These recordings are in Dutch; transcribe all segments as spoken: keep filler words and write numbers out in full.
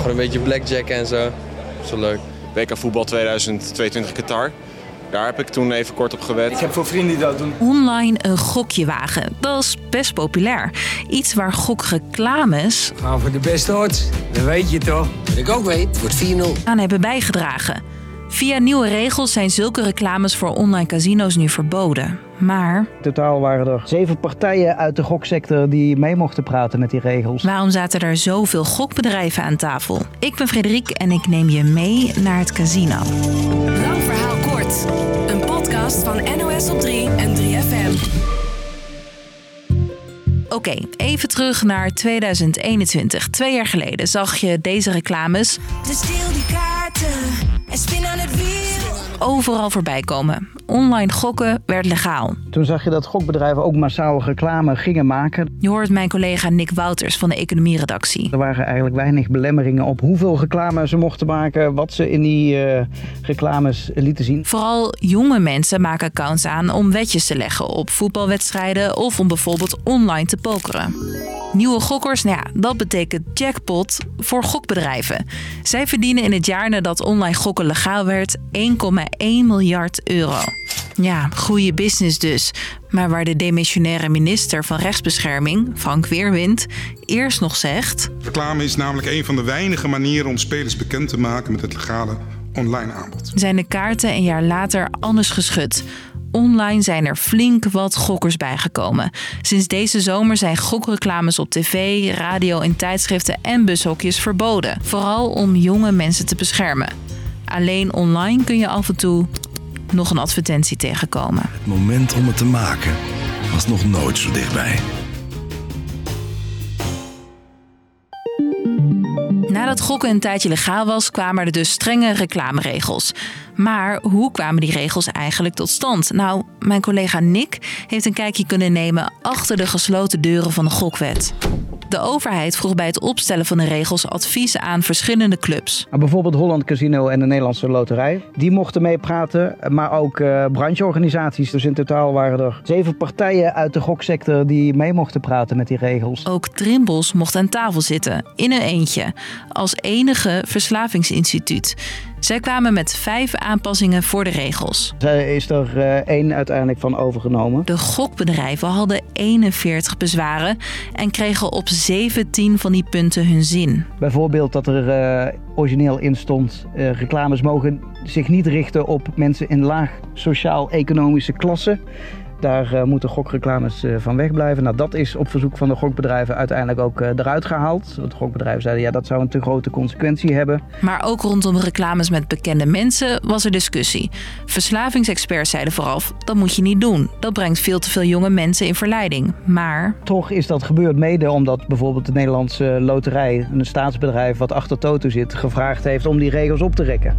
Gewoon een beetje blackjack en zo. Dat is wel leuk. W K voetbal tweeduizend tweeëntwintig Qatar. Daar heb ik toen even kort op gewet. Ik heb voor vrienden die dat doen. Online een gokje wagen, dat is best populair. Iets waar gokreclames... Gaan voor de beste odds, dat weet je toch? Wat ik ook weet, wordt vier nul. ...aan hebben bijgedragen. Via nieuwe regels zijn zulke reclames voor online casino's nu verboden. Maar... In totaal waren er zeven partijen uit de goksector die mee mochten praten met die regels. Waarom zaten er zoveel gokbedrijven aan tafel? Ik ben Frederik en ik neem je mee naar het casino. Lang verhaal kort. Een podcast van N O S op drie en drie F M. Oké, okay, even terug naar tweeduizend eenentwintig. Twee jaar geleden zag je deze reclames... Dus deel die kaarten en spin aan het wiel. ...overal voorbij komen. Online gokken werd legaal. Toen zag je dat gokbedrijven ook massaal reclame gingen maken. Je hoort mijn collega Nick Wouters van de economieredactie. Er waren eigenlijk weinig belemmeringen op hoeveel reclame ze mochten maken, wat ze in die uh, reclames lieten zien. Vooral jonge mensen maken accounts aan om wetjes te leggen op voetbalwedstrijden of om bijvoorbeeld online te pokeren. Nieuwe gokkers, nou ja, dat betekent jackpot voor gokbedrijven. Zij verdienen in het jaar nadat online gokken legaal werd één komma één miljard euro. Ja, goede business dus. Maar waar de demissionaire minister van Rechtsbescherming, Frank Weerwind, eerst nog zegt... Reclame is namelijk een van de weinige manieren om spelers bekend te maken met het legale online aanbod. Zijn de kaarten een jaar later anders geschud. Online zijn er flink wat gokkers bijgekomen. Sinds deze zomer zijn gokreclames op tv, radio en tijdschriften en bushokjes verboden. Vooral om jonge mensen te beschermen. Alleen online kun je af en toe nog een advertentie tegenkomen. Het moment om het te maken was nog nooit zo dichtbij. Nadat gokken een tijdje legaal was, kwamen er dus strenge reclameregels. Maar hoe kwamen die regels eigenlijk tot stand? Nou, mijn collega Nick heeft een kijkje kunnen nemen achter de gesloten deuren van de gokwet. De overheid vroeg bij het opstellen van de regels advies aan verschillende clubs. Bijvoorbeeld Holland Casino en de Nederlandse Loterij. Die mochten meepraten, maar ook uh, brancheorganisaties. Dus in totaal waren er zeven partijen uit de goksector die mee mochten praten met die regels. Ook Trimbos mocht aan tafel zitten, in een eentje, als enige verslavingsinstituut. Zij kwamen met vijf aanpassingen voor de regels. Zij is er uh, één uiteindelijk van overgenomen. De gokbedrijven hadden eenenveertig bezwaren en kregen op zeventien van die punten hun zin. Bijvoorbeeld dat er uh, origineel in stond, uh, reclames mogen zich niet richten op mensen in laag sociaal-economische klassen. Daar uh, moeten gokreclames uh, van wegblijven. Nou, dat is op verzoek van de gokbedrijven uiteindelijk ook uh, eruit gehaald. De gokbedrijven zeiden ja, dat zou een te grote consequentie hebben. Maar ook rondom reclames met bekende mensen was er discussie. Verslavingsexperts zeiden vooraf, dat moet je niet doen. Dat brengt veel te veel jonge mensen in verleiding. Maar... Toch is dat gebeurd mede omdat bijvoorbeeld de Nederlandse Loterij, een staatsbedrijf wat achter Toto zit, gevraagd heeft om die regels op te rekken.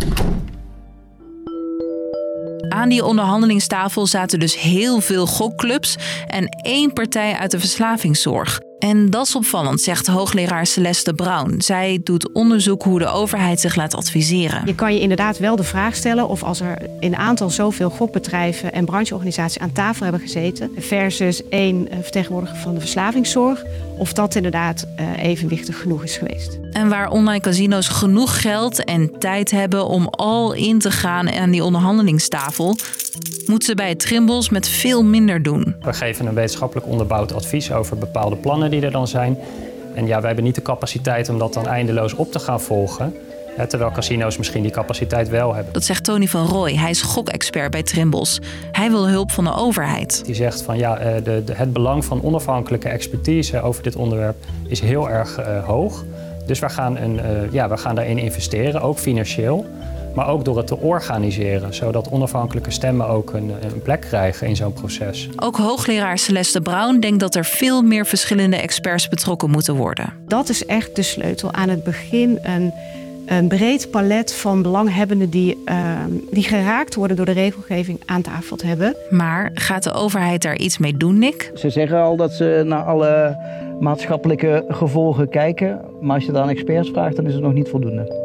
Aan die onderhandelingstafel zaten dus heel veel gokclubs en één partij uit de verslavingszorg. En dat is opvallend, zegt hoogleraar Celeste Brown. Zij doet onderzoek hoe de overheid zich laat adviseren. Je kan je inderdaad wel de vraag stellen of als er in aantal zoveel gokbedrijven en brancheorganisaties aan tafel hebben gezeten versus één vertegenwoordiger van de verslavingszorg, of dat inderdaad uh, evenwichtig genoeg is geweest. En waar online casino's genoeg geld en tijd hebben om al in te gaan aan die onderhandelingstafel, moeten ze bij het Trimbos met veel minder doen. We geven een wetenschappelijk onderbouwd advies over bepaalde plannen die er dan zijn. En ja, wij hebben niet de capaciteit om dat dan eindeloos op te gaan volgen. Hè, terwijl casino's misschien die capaciteit wel hebben. Dat zegt Tony van Rooij. Hij is gokexpert bij Trimbos. Hij wil hulp van de overheid. Die zegt van ja, de, de, het belang van onafhankelijke expertise over dit onderwerp is heel erg uh, hoog. Dus we gaan, een, uh, ja, we gaan daarin investeren, ook financieel. Maar ook door het te organiseren, zodat onafhankelijke stemmen ook een, een plek krijgen in zo'n proces. Ook hoogleraar Celeste Brown denkt dat er veel meer verschillende experts betrokken moeten worden. Dat is echt de sleutel. Aan het begin een, een breed palet van belanghebbenden die, uh, die geraakt worden door de regelgeving aan tafel te hebben. Maar gaat de overheid daar iets mee doen, Nick? Ze zeggen al dat ze naar alle maatschappelijke gevolgen kijken. Maar als je dan experts vraagt, dan is het nog niet voldoende.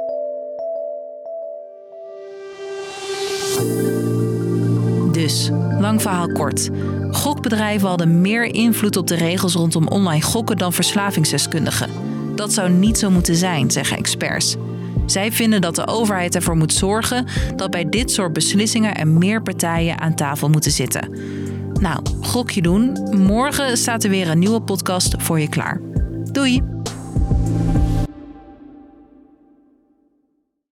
Dus, lang verhaal kort. Gokbedrijven hadden meer invloed op de regels rondom online gokken dan verslavingsdeskundigen. Dat zou niet zo moeten zijn, zeggen experts. Zij vinden dat de overheid ervoor moet zorgen dat bij dit soort beslissingen er meer partijen aan tafel moeten zitten. Nou, gokje doen. Morgen staat er weer een nieuwe podcast voor je klaar. Doei!